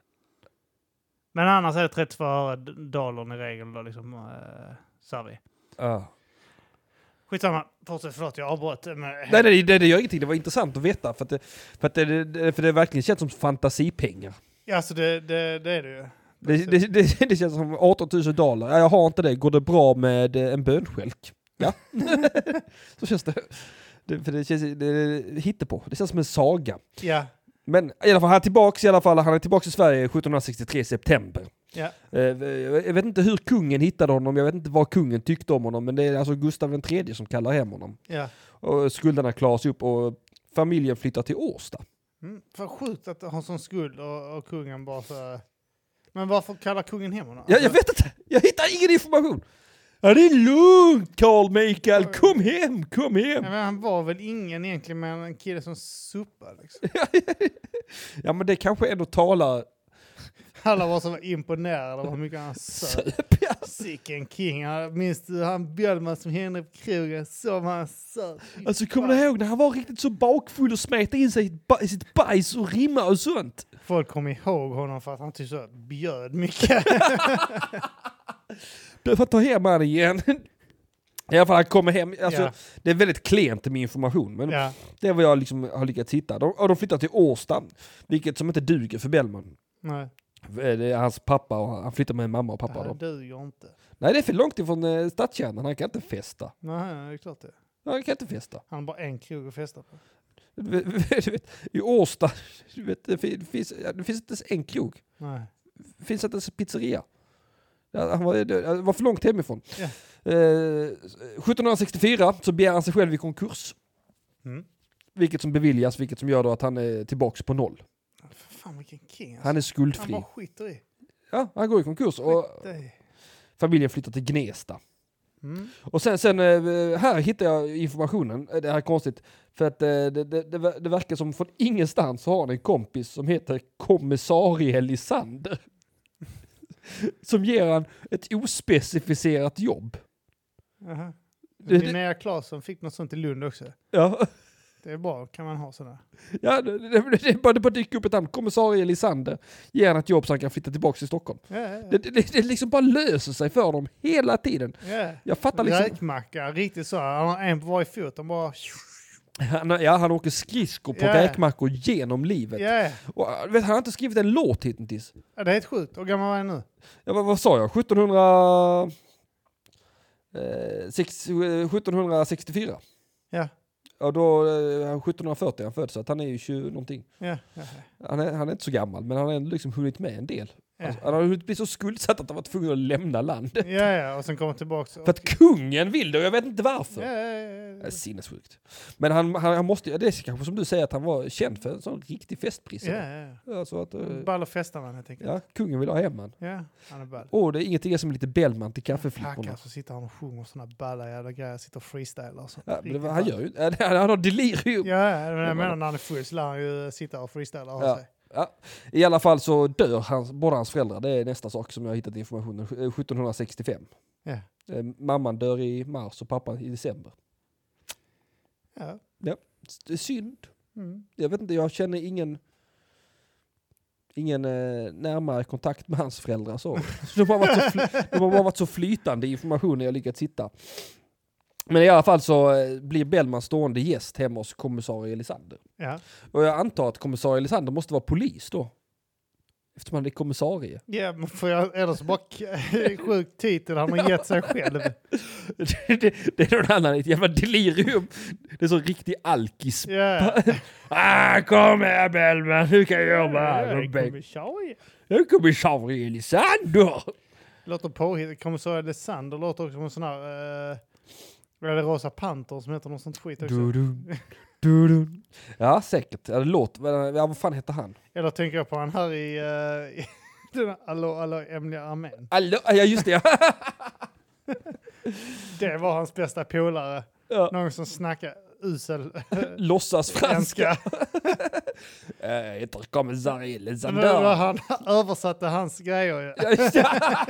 Men annars är det trettiotvå öre dollarn i regel då, liksom, äh, sa vi. Ja. Skitsamma, fortsätt, förlåt, jag avbröt. Men... Nej, det, det, det gör ingenting. Det var intressant att veta. För att det, för att det, det, för det verkligen känns som fantasipengar. Ja, alltså det, det, det är det ju. Det, det, det, det känns som arton tusen dollar. Ja, jag har inte det. Går det bra med en bönskälk? Ja. Så känns det. Det, för det känns, det, det hittar på. Det känns som en saga. Ja. Men i alla fall, han är tillbaka i alla fall. Han är tillbaka i Sverige sjuttonhundrasextiotre i september. Ja. Eh, jag vet inte hur kungen hittade honom. Jag vet inte vad kungen tyckte om honom. Men det är alltså Gustav den tredje som kallar hem honom. Ja. Och skulderna klaras upp och familjen flyttar till Årsta. Mm, för sjukt att ha sån skuld och, och kungen bara så... Men varför kallar kungen hem honom? Ja, jag vet inte. Jag hittar ingen information. Ja, det är lugnt, Carl Michael. Kom hem, kom hem. Ja, men han var väl ingen egentligen, men en kille som suppar liksom. Ja, men det kanske ändå talar... Alla var så imponerade av hur mycket han söp. Ja. Sicken king. Jag minns du han Björnman som hände på krogen som han söp. Alltså, kommer du ihåg när han var riktigt så bakfull och smetade in sig i ba- sitt bajs och rimma och sånt? Folk kom ihåg honom för att han typ så bjöd mycket. Du får ta hem han igen. I alla fall han kommer hem, alltså, Ja. det är väldigt klent med information, men Ja. det är vad jag liksom har lyckats hitta. De, och de flyttar till Årsta, vilket som inte duger för Bellman. Nej, Det är hans pappa och han flyttar med mamma och det pappa. här Då. duger inte. Nej, det är för långt ifrån eh, stadskärnan, han kan inte festa. Nej, det är klart det. Han kan inte festa. Han har bara en krog att festa på. Du vet, du vet, i Årsta, du vet, det, finns, det finns inte ens en krog. Nej. Det finns inte ens en pizzeria. Ja, han var, det var för långt hemifrån. Ja. Eh, sjuttonhundrasextiofyra så begär han sig själv i konkurs. Mm. Vilket som beviljas, vilket som gör då att han är tillbaks på noll. För fan vilken king alltså. Han är Han skuldfri. bara skiter i. Ja, han går i konkurs och Skiter i. familjen flyttar till Gnesta. Mm. Och sen, sen eh, här hittar jag informationen, det här är konstigt, för att eh, det, det, det, det verkar som från ingenstans har han en kompis som heter kommissarie Lisander. Som ger han ett ospecificerat jobb. Aha. Det- Linnea Claesson fick något sånt i Lund också. Ja, Det är bra, kan man ha sådär. ja det, det, det, är bara, det bara dyker upp ett namn, kommissarie Lisander, ger han ett jobb så han kan flytta tillbaka till Stockholm. Ja, ja, Det, det, det liksom bara löser sig för dem hela tiden. ja. Jag fattar liksom... Räkmacka, riktigt så. Han har en på varje fot. De bara... Han, ja, han åker skridskor på Ja. räkmackor genom livet. Ja, Och, vet, han har inte skrivit en låt hittills. ja, det är helt sjukt. Hur gammal var han nu? Ja, vad, vad sa jag? sjuttonhundra... Eh, sex, eh, sjuttonhundrasextiofyra. Ja, Ja, då eh, sjuttonhundrafyrtio är han född, så att han är ju tjugo någonting. ja, ja. ja. Han är, han är inte så gammal, men han har ändå liksom hunnit med en del. Ja. Alltså, han har hunnit bli så skuldsatt att han var tvungen att lämna landet. Ja, ja, och sen kommer tillbaka. För att kungen vill det, och jag vet inte varför. Ja, ja, Det ja, är ja. sinnessjukt. Men han, han, han måste, det är kanske som du säger att han var känd för en sån riktig festprisse. Ja, ja. Alltså att, eh, Ball och festar man helt enkelt. ja, kungen vill ha hem han. Ja, han är ball. Åh, det är ingenting som lite Bellman till kaffeflipporna. Hackar så sitter han och sjunger såna balla jävla grejer. Sitter och freestylar och sånt. Ja, men det, Riktigt var- han ball. gör ju, han, han har delirium. Ja, men var jag menar det. när han är full så lär han ju sitta och freestyla och ha Ja. sig. Ja. I alla fall så dör hans, båda hans föräldrar. Det är nästa sak som jag har hittat informationen. Eh, sjuttonhundrasextiofem. Ja. Eh, mamman dör i mars och pappan i december. Ja. Det är synd. Mm. Jag vet inte, jag känner ingen ingen eh, närmare kontakt med hans föräldrar. Så. De, har varit så fly, de har bara varit så flytande i informationen jag lyckats hitta. Men i alla fall så eh, blir Bellman stående gäst hemma hos kommissarie Lisander. Ja. Och jag antar att kommissarie Lisander måste vara polis då. Eftersom han är kommissarie. Ja, men får jag eller så bara k- sjuk titel han har gett sig själv. det, det, det är någon annan, ett jävla delirium. Det är så riktig alkis. Ja. Ah, kom här Bellman, hur kan jag jobba här? Ja, med mig? kommissarie. Jag är kommissarie Lisander. Låter påhittigt. Kommissarie Lisander låter också som en sån här... Uh, eller Rosa Panter som heter något sånt skit också. Du, du, du, du. Ja, säkert. Ja, det låter, ja, vad fan heter han? Eller tänker jag på han här i... Uh, i den här Allo, Allo, Emliga armén. Allo, ja, just det. Ja. Det var hans bästa polare. Ja. Någon som snackar usel Låtsas franska. franska. Jag heter kommissarie Men det var Lisander. han översatte hans grejer ju. Ja, just det.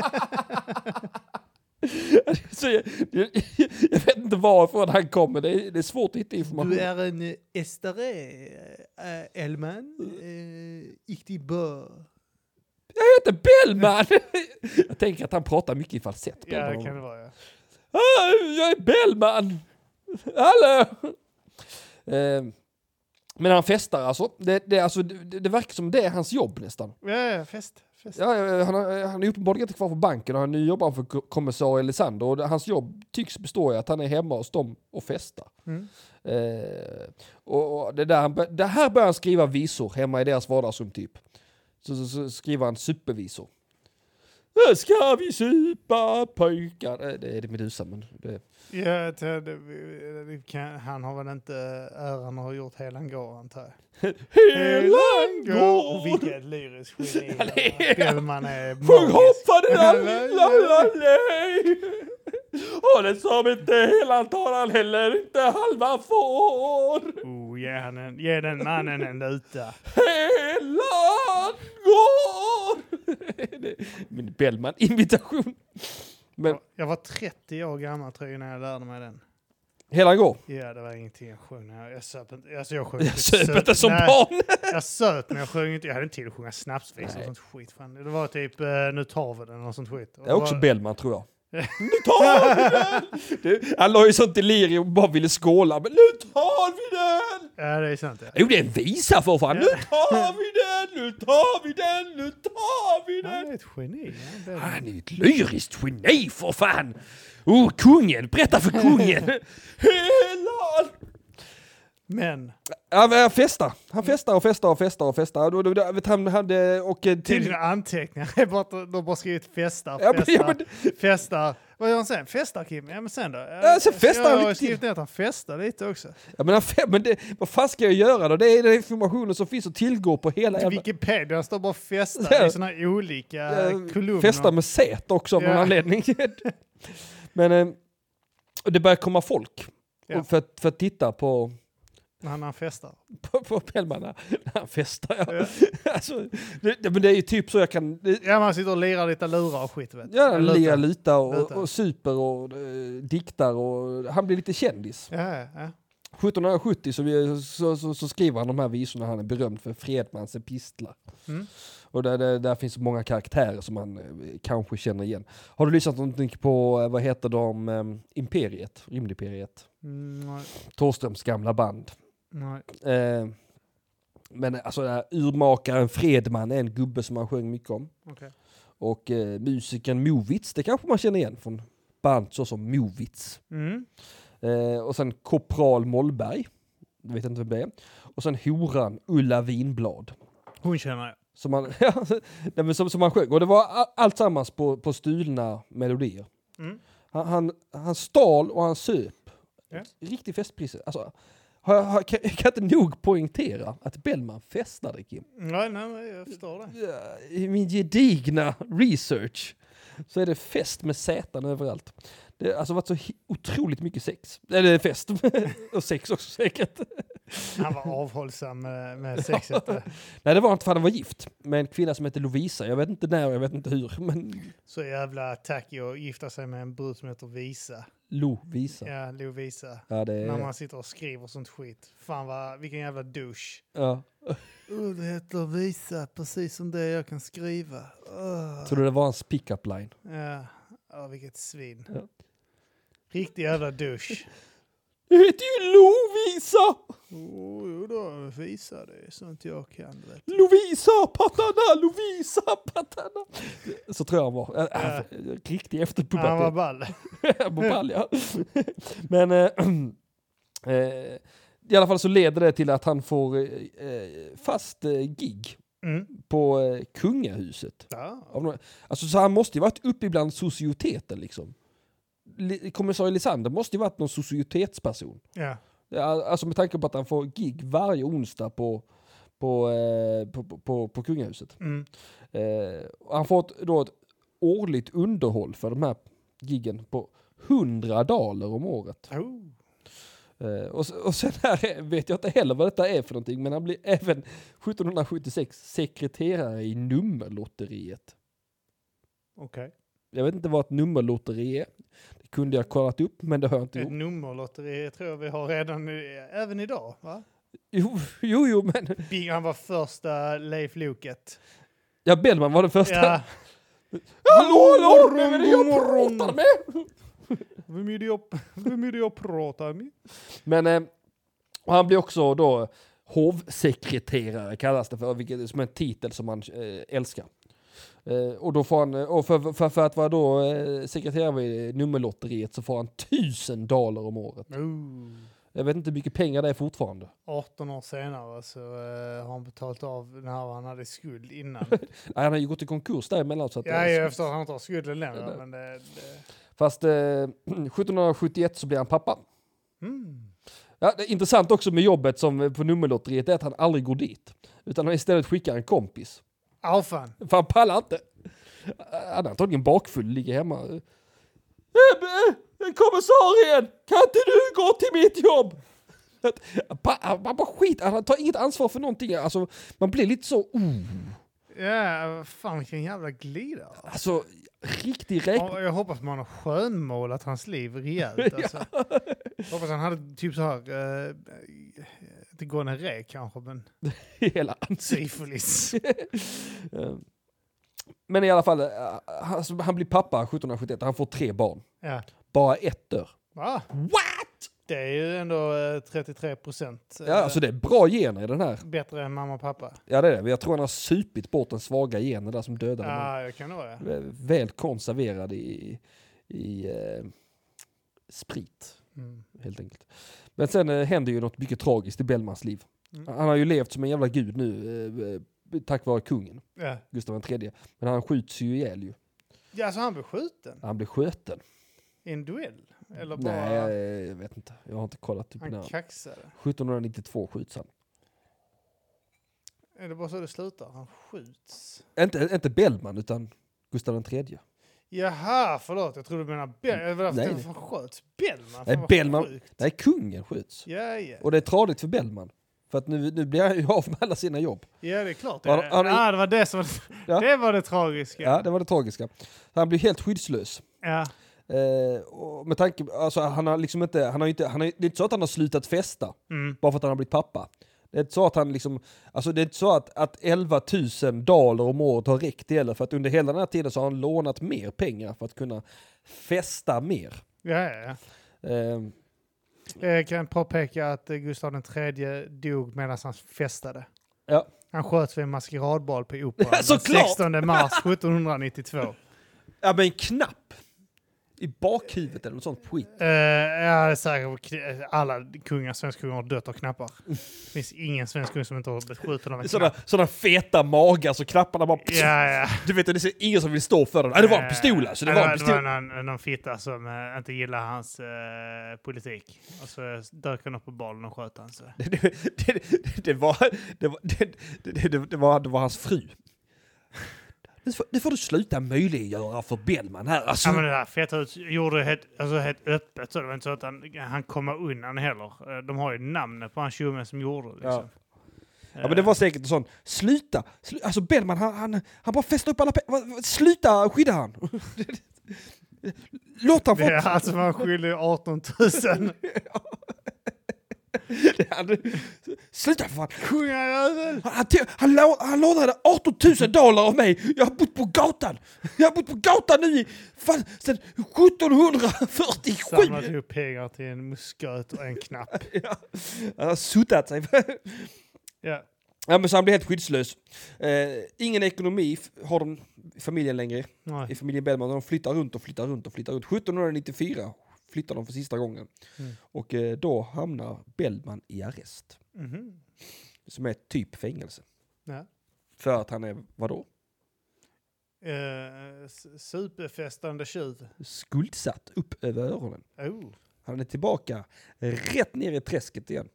Så jag, jag, jag vet inte varifrån han kommer. Det är, det är svårt att hitta information. Du är en uh, estare, uh, Elman. Uh, Ikti bör. Jag heter Bellman. Jag tänker att han pratar mycket i falsett. Ja, det Bellman. kan det vara, ja. Ah, jag är Bellman. Hallå. Eh, men han festar alltså. Det, det, alltså det, det verkar som det är hans jobb nästan. Ja, ja, fest. fest. Ja, ja, han, har- han är uppenbarligen inte kvar på banken och han nu jobbar för ko- kommissarie Lisander. Och det, hans jobb tycks bestå i att han är hemma hos dem och festar. Mm. Eh, och och det, där, han bör- det här börjar han skriva visor hemma i deras vardagsrum typ. Så, så, så skriver han supervisor. "Nu ska vi supa pojkar. Eh, Det är det Medusa, men det, Ja, det, det, det kan, han har väl inte äran att ha gjort Helan går, antar jag. Helan går. Och vilket lyriskt geni. Ja, det är- Bellman är Sjung magisk. hoppa den där lilla allé. Och den som inte helan tar han heller inte halva får. Oh, ge, han en, ge den mannen en luta. Helan går. Det är min Bellman-invitation. Men Jag var trettio år gammal tror jag när jag lärde mig den. helan går. Ja, det var ingenting jag sjöng. Jag, jag söp inte. Alltså jag sjöng Jag inte söp söp- inte som Nej, barn. Jag söp men jag sjöng inte. Jag hade inte tillsjunga snapsvisor och Nej. sånt skit. Fan. Det var typ uh, Nu tar vi den och sånt skit. Och Det är också var, Bellman tror jag. Nu tar vi den! Det, han la ju sånt delirium och bara ville skåla. Men nu tar vi den! Ja, det är sant. Ja. Jo, det är en visa för fan. Nu tar vi den! Nu tar vi den! Nu tar vi den! Han är ett geni. Ja, det är Han är ett lyriskt geni för fan! Oh, kungen! Berätta för kungen! Hela... Men Ja, men han festar. Han festar och festar och festar och festar. Och, och, vet, han hade... Och, till till... dina anteckningar är bara att de har bara skrivit festar, Ja, men- festar, ja, men- festar. Vad gör han sen? Festar Kim? Ja, men sen då? Ja, sen festar han jag lite har skrivit till. ner att han festar lite också. Ja, men, han, fe- men det, vad fan ska jag göra då? Det är den informationen som finns att tillgå på hela jävla... Wikipedia står bara festar Ja. i såna här olika Eh, kolumner. Festar med Z också av någon Ja. anledning. Men eh, och det börjar komma folk. Ja. Och för, att- för att titta på... När han festar. På, på Bellman när han festar. Ja. Ja. Alltså, det, det, men det är ju typ så jag kan... Det, Ja, man sitter och lirar lite lurar och skit. Vet du. ja, Lutar. lia lite och, Lutar. och super och eh, diktar och han blir lite kändis. Ja, ja, ja. sjuttonhundrasjuttio så, vi, så, så, så skriver han de här visorna. Han är berömd för Fredmans epistlar. Mm. Och där, där, där finns många karaktärer som man eh, kanske känner igen. Har du lyssnat någonting på, eh, vad heter de, eh, Imperiet, Rymdimperiet? Mm, nej, Thåströms gamla band. nej. Eh, men alltså det här, urmakaren Fredman är en gubbe som man sjöng mycket om. Okej. Och eh, musikern Movitz, det kanske man känner igen från band såsom Movitz. Mm. Eh, och sen Korpral Mollberg, jag vet inte vem det är. Och sen horan Ulla Vinblad. Hon känner jag. Som man, ja, nej, men som, som man sjöng. Och det var all, allt sammans på, på stulna melodier. Mm. Han, han, han stal och han söp. Ja. Riktig festpris. Alltså, har, har, kan, jag kan inte nog poängtera att Bellman festade, Kim. Nej, nej, nej, jag förstår det. Ja, i min gedigna research så är det fest med sätan överallt. Det har alltså varit så hi- otroligt mycket sex. Eller fest. Och sex också säkert. Han var avhållsam med, med sexet. Nej, det var inte för han var gift med en kvinna som heter Lovisa. Jag vet inte när och jag vet inte hur. Men Så jävla tacky att gifta sig med en brud som heter Visa. Lovisa. Ja, Lovisa. Ja, det När är... man sitter och skriver sånt skit. Fan vad, vilken jävla douche. Ja. Oh, det heter Visa, precis som det jag kan skriva. Oh. Tror du det var hans pick-up line? Ja, oh, vilket svin. Ja. Riktig jävla douche. Det heter ju Lovisa! Oh, jo då, Visa, det är sånt jag kan. Vet. Lovisa Patana! Lovisa Patana! Så tror jag han var. Äh, Ja. äh, riktig Han var efterpubertet. ball. På ball, ja. Men äh, äh, i alla fall så leder det till att han får äh, fast äh, gig Mm. på äh, kungahuset. Ja. Av några- Alltså, så han måste ju varit uppe ibland societeten liksom. Li- Kommissarie Lisander måste ju varit någon societetsperson. Ja. Ja, alltså med tanke på att han får gig varje onsdag på, på, eh, på, på, på, på kungahuset. Mm. Eh, och han får ett, då ett årligt underhåll för de här giggen på hundra daler om året. Oh. Eh, och, s- och sen här vet jag inte heller vad detta är för någonting, men han blir även sjuttonhundrasjuttiosex sekreterare i nummerlotteriet. Okej. Jag vet inte vad ett nummerlotteri är. Det kunde jag kollat upp, men det har jag inte Ett gjort. nummerlotteri tror jag vi har redan i, även idag. Va? Jo, jo, jo, men... Bing, han var första Leif Loket. Ja, Bellman var den första. Ja. Hallå, hallå! Vem är det jag God morgon. pratar med? Vem är det jag, vem är det jag pratar med? Men eh, och han blir också då hovsekreterare kallas det för, vilket är som en titel som man eh, älskar. Eh, och då får han, och för, för, för att vara då eh, sekreterare vid nummerlotteriet så får han tusen daler om året. Oh. Jag vet inte hur mycket pengar det är fortfarande. arton år senare så uh, har han betalt av när han hade skuld innan. Nej, han har ju gått i konkurs däremellan. Så att, Ja, eh, jag förstår att han inte har skulden längre. Nej. Men det, det... Fast eh, sjuttonhundrasjuttioett så blir han pappa. Mm. Ja, det är intressant också med jobbet som på nummerlotteriet är att han aldrig går dit. Utan han istället skickar en kompis. Ja, fan. För han pallar inte. Han är antagligen bakfull, ligger hemma. Ebbe! Kommissarien! Kan inte du gå till mitt jobb? Han bara skit, han tar inget ansvar för någonting. Alltså, man blir lite så... Uh. Ja, fan vilken jävla glida. Alltså, riktig räk... Ja, jag hoppas man har skönmålat hans liv rejält. Alltså. Jag hoppas han hade typ så här... Uh, det går en räk kanske, men... Hela ansiktet. Syfilis. Eh, Men i alla fall, uh, han, han blir pappa sjuttonhundrasjuttioett. Han får tre barn. Ja. Bara ett dör. Va? What? Det är ju ändå eh, trettiotre procent. Ja, alltså det är bra gener i den här. Bättre än mamma och pappa. Ja, det är det. Jag tror han har supit bort den svaga genen där som dödade honom. Ja, det kan det vara. Ja. Väl konserverad i, i eh, sprit, Mm. helt enkelt. Men sen eh, händer ju något mycket tragiskt i Bellmans liv. Mm. Han har ju levt som en jävla gud nu, eh, tack vare kungen, Ja. Gustav den tredje. Men han skjuts ju ihjäl ju. Ja, alltså han blev skjuten Han blev skjuten. i en duell. Eller bara Nej, jag, jag vet inte. Jag har inte kollat upp han när. kaxade. sjuttonhundranittiotvå skjuts han. Är det bara så det slutar? Han skjuts. Inte, inte Bellman, utan Gustav den tredje. Jaha, förlåt. Jag trodde du menade Bellman. Nej, Nej, nej. nej. sköts Bellman. Nej, Fan, vad Bellman- sjukt. Nej, kungen skjuts. Ja, ja. Och det är tradigt för Bellman. För att nu, nu blir han ju av med alla sina jobb. Ja, det är klart. Har- Ja, har ni- ah, det var det som var Ja. det, var det tragiska. Ja, det var det tragiska. Han blir helt skyddslös. Ja. Eh, och med tanke, alltså han har liksom inte, han har inte, han har, det är inte så att han har slutat festa Mm. bara för att han har blivit pappa. Det är inte så att han liksom, alltså det är inte så att, att elva tusen dollar om året har räckt till, eller för att under hela den här tiden så har han lånat mer pengar för att kunna festa mer. Ja, ja, ja. Eh, Jag kan påpeka att eh, Gustav den tredje dog medan han festade. ja. Han sköts vid en maskeradbal på Operan den Såklart! sextonde mars sjuttonhundranittiotvå. ja, men en knapp i bakhuvudet eller något sånt skit. Uh, jag är säker på alla kungar, svenska kungar har dött av knappar. Det finns ingen svensk kung som inte har blivit skjuten av en Sådana, knapp. sådana feta magar så knapparna bara... Ja, ja. Du vet, det är ingen som vill stå för den. Nej, det var en pistol alltså. Det Eh, var en det pistol. var någon, någon fitta som uh, inte gillar hans uh, politik. Och så dök han upp på bollen och sköt han. Så. Det, det, det, det, var, det, var, det, det, det, det, var, det var hans fru. Det får, det får du sluta möjliggöra för Bellman här. Alltså. Ja, men det där Fetthus gjorde helt, alltså helt öppet. Så det var inte så att han, han kommer undan heller. Eh, De har ju namnet på hans tjomme som gjorde det. Liksom. Ja, men det var säkert en sån, sluta, slu, alltså Bellman han, han, han bara fäster upp alla pengar, sluta skydda han. Låt han få... Det är alltså man skyller arton tusen. Han, sluta för fan. Kungajävel! Han, han, han, lå- han lånade arton tusen dollar av mig. Jag har bott på gatan. Jag har bott på gatan nu i fan, sedan sjuttonhundrafyrtiosju. Samlade ihop pengar till en musköt och en knapp. Ja, han har suttat sig. Ja. Ja, men så han blir helt skyddslös. Eh, ingen ekonomi f- har de i familjen längre. Nej. I familjen Bellman. De flyttar runt och flyttar runt och flyttar runt. sjuttonhundranittiofyra flyttar de för sista gången. Mm. Och eh, då hamnar Bellman i arrest. Mhm. Som är typ fängelse. Ja. För att han är, vadå? Eh, s- superfestande tjuv. Skuldsatt upp över öronen. Oh. Han är tillbaka rätt ner i träsket igen.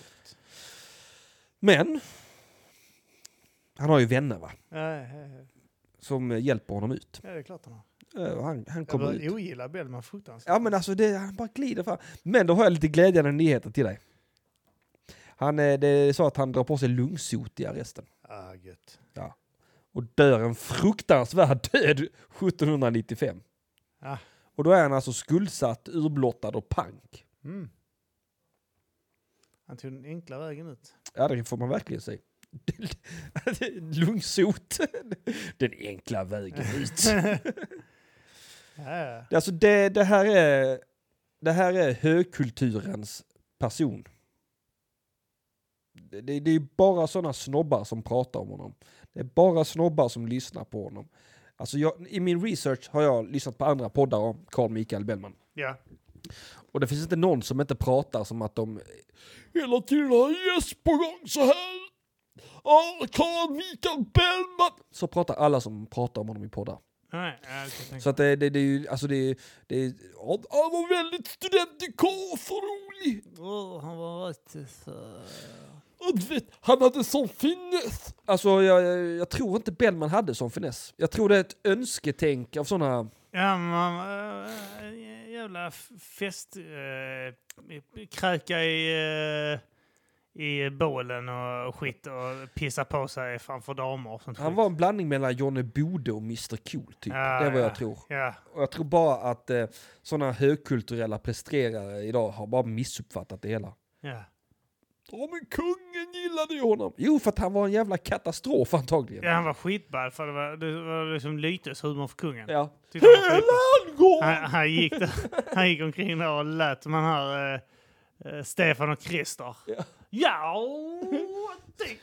Men han har ju vänner, va? Ja, ja, ja. Som eh, hjälper honom ut. Ja, det är klart han har. Eh, och han, han Jag kommer bara ut. ogillar Bellman fruktansvärt. Ja, men alltså det, han bara glider fram. Men då har jag lite glädjande nyheter till dig. Han, eh, det är så att han drar på sig lungsot i arresten. Ah, gött. Ja. Och dör en fruktansvärd död sjuttonhundranittiofem. Ah. Och då är han alltså skuldsatt, urblottad och pank. Mm. Han tog den enkla vägen ut. Ja, det får man verkligen säga. Lungsot. Den enkla vägen ut. Ja, ja. Alltså det, det, här är, det här är högkulturens person. Det, det, det är bara sådana snobbar som pratar om honom. Det är bara snobbar som lyssnar på honom. Alltså jag, i min research har jag lyssnat på andra poddar om Carl Michael Bellman. Ja. Och det finns inte någon som inte pratar som att de hela tiden har gäst på gång så här. Ja, Carl Michael Bellman. Så pratar alla som pratar om honom i poddar. Nej, ja, det kan jag tänka. Så att det, det, det är ju, alltså det, det är, ja, han var väldigt studentikar för rolig. Oh, han var rätt så... Och du vet, han hade sån finess. Alltså jag, jag, jag tror inte Bellman hade sån finess. Jag tror det är ett önsketänk av såna. Ja, man, äh, jävla f- fest... Äh, kräka i, äh, i bålen och skit och pissa på sig framför damer och sånt Han skit. var en blandning mellan Johnny Bode och mister Cool typ. Ja, det är vad ja, jag tror. Ja. Och jag tror bara att eh, såna högkulturella presterare idag har bara missuppfattat det hela. Ja. Ja, men kungen gillade ju honom. Jo, för att han var en jävla katastrof antagligen. Ja, han var skitball för det var, det var liksom lyteshumor för kungen. Ja. Tyckte han var skitball. Helangård! Han, han, gick där, han gick omkring där och lät som han här eh, eh, Stefan och Christer. Ja. Ja, det,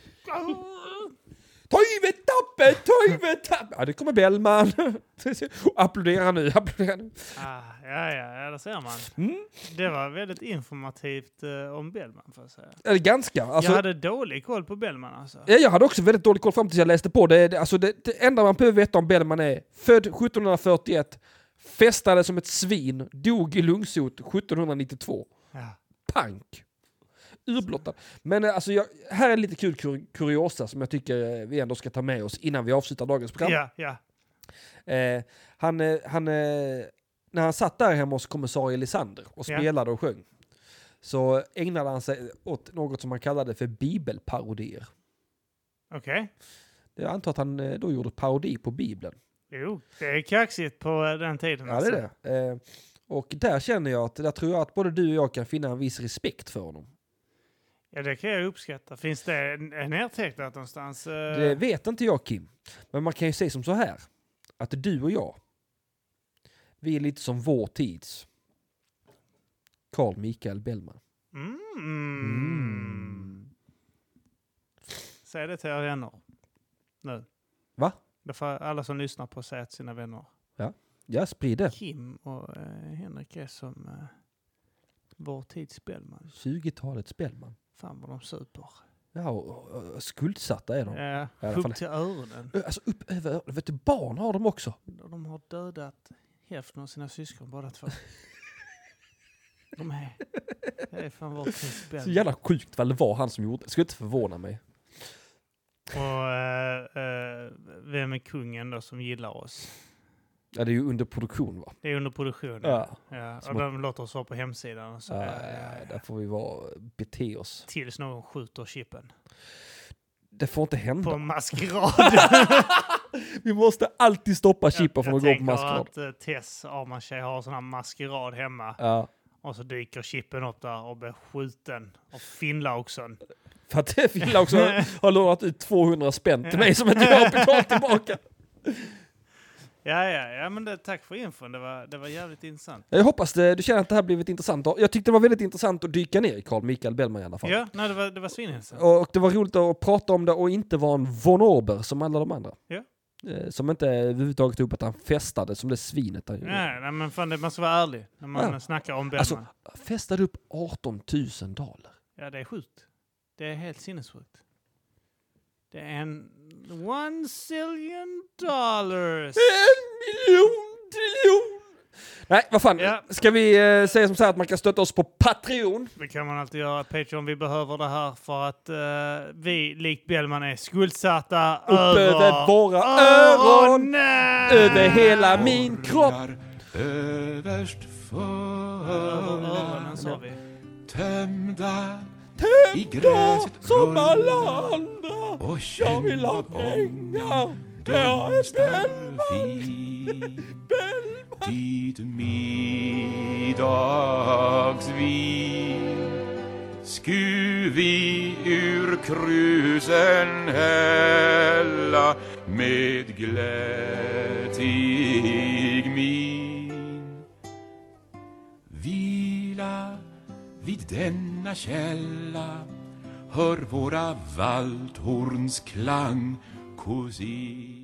Toive tappe, toive tappe. Ja, det kommer Bellman. Applådera nu, applådera nu. ah, ja, ja, ja, det ser man. Mm. Det var väldigt informativt eh, om Bellman, får jag säga. Eller ganska. Alltså, jag hade dålig koll på Bellman alltså. ja, jag hade också väldigt dålig koll fram tills jag läste på. Det, det, alltså det, det enda man behöver veta om Bellman är född sjuttonhundrafyrtioett, festade som ett svin, dog i lungsot sjuttonhundranittiotvå. Ja. Pank. Urblottad. Men eh, alltså, jag, här är lite kul kur- kuriosa som jag tycker eh, vi ändå ska ta med oss innan vi avslutar dagens program. Ja, ja. Eh, han, eh, han, eh, när han satt där hemma hos kommissarie Lisander och Ja. spelade och sjöng så ägnade han sig åt något som han kallade för bibelparodier. Okej. Jag antar att han eh, då gjorde parodi på Bibeln. Jo, det är kaxigt på eh, den tiden. Ja, alltså. det är det. Eh, och där känner jag att, där tror jag att både du och jag kan finna en viss respekt för honom. Ja, det kan jag uppskatta. Finns det en, en nedtecknat någonstans? Eh? Det vet inte jag, Kim. Men man kan ju säga som så här. Att du och jag, vi är lite som vår tids Carl Michael Bellman. Mm. Mm. Säg det till era vänner. Nu. Va? Det får alla som lyssnar på säga till sina vänner. Ja, sprid det. Kim och eh, Henrik är som eh, vår tids Bellman. tjugotalets Bellman. Fan vad de super. Ja, och, och, och skuldsatta är de. Ja, I alla fall. upp till öronen. Alltså upp över öronen. Vet du, barn har de också. De har dödat hälften av sina syskon båda två. De är... Det är fan vår tids Så Bellman. jävla sjukt vad det var han som gjorde. Det skulle inte förvåna mig. Och eh, eh, vem är kungen då som gillar oss? Ja, det är ju under produktion, va? Det är under produktion. Ja. Ja, Som och att- de låter oss vara på hemsidan. Och så, Ja, ja, ja, ja, ja. där får vi vara, bete oss. Tills någon skjuter chippen. Det får inte hända. På maskerad. Vi måste alltid stoppa Chippa från jag att gå på tänker maskerad. att uh, Tess, Arman-tjej, har sån här maskerad hemma. Ja. Och så dyker chippen upp där och blir skjuten av Finnlaugsson. För att Filla också har lånat ut tvåhundra spänn till mig som inte jag har betalt tillbaka. Ja, ja, ja, men det, tack för infon. Det var, det var jävligt intressant. Jag hoppas det, du känner att det här blivit intressant. Jag tyckte det var väldigt intressant att dyka ner i Carl Michael Bellman i alla fall. Ja, nej, det var, det var svinhälsat. Och det var roligt att prata om det och inte vara en von Ober som alla de andra. Ja. Eh, Som inte överhuvudtaget tog upp att han festade som det svinet han gjorde. Nej, nej, men fan, det, man ska vara ärlig när man Ja. snackar om Bellman. Alltså, festade upp arton tusen dollar. Ja, det är sjukt. Det är helt sinnessjukt. Det är en one zillion dollars. En miljon triljon! Nej, vad fan. Ja. Ska vi eh, säga som så här att man kan stötta oss på Patreon? Det kan man alltid göra. Patreon, vi behöver det här för att eh, vi, likt Bellman, är skuldsatta Upp över våra öron, öronen! över hela min kropp. Överst Över öronen, sa fulla, vi. tömda i Tömda gräset som alla rullar andra. och Jag vill ha känna pengar. Jag är Bellman. fint. Bellman. Dit middagsvin sku vi ur krusen hälla med glättig min. Vila vid denna källa, hör våra valthorns klang, kosig.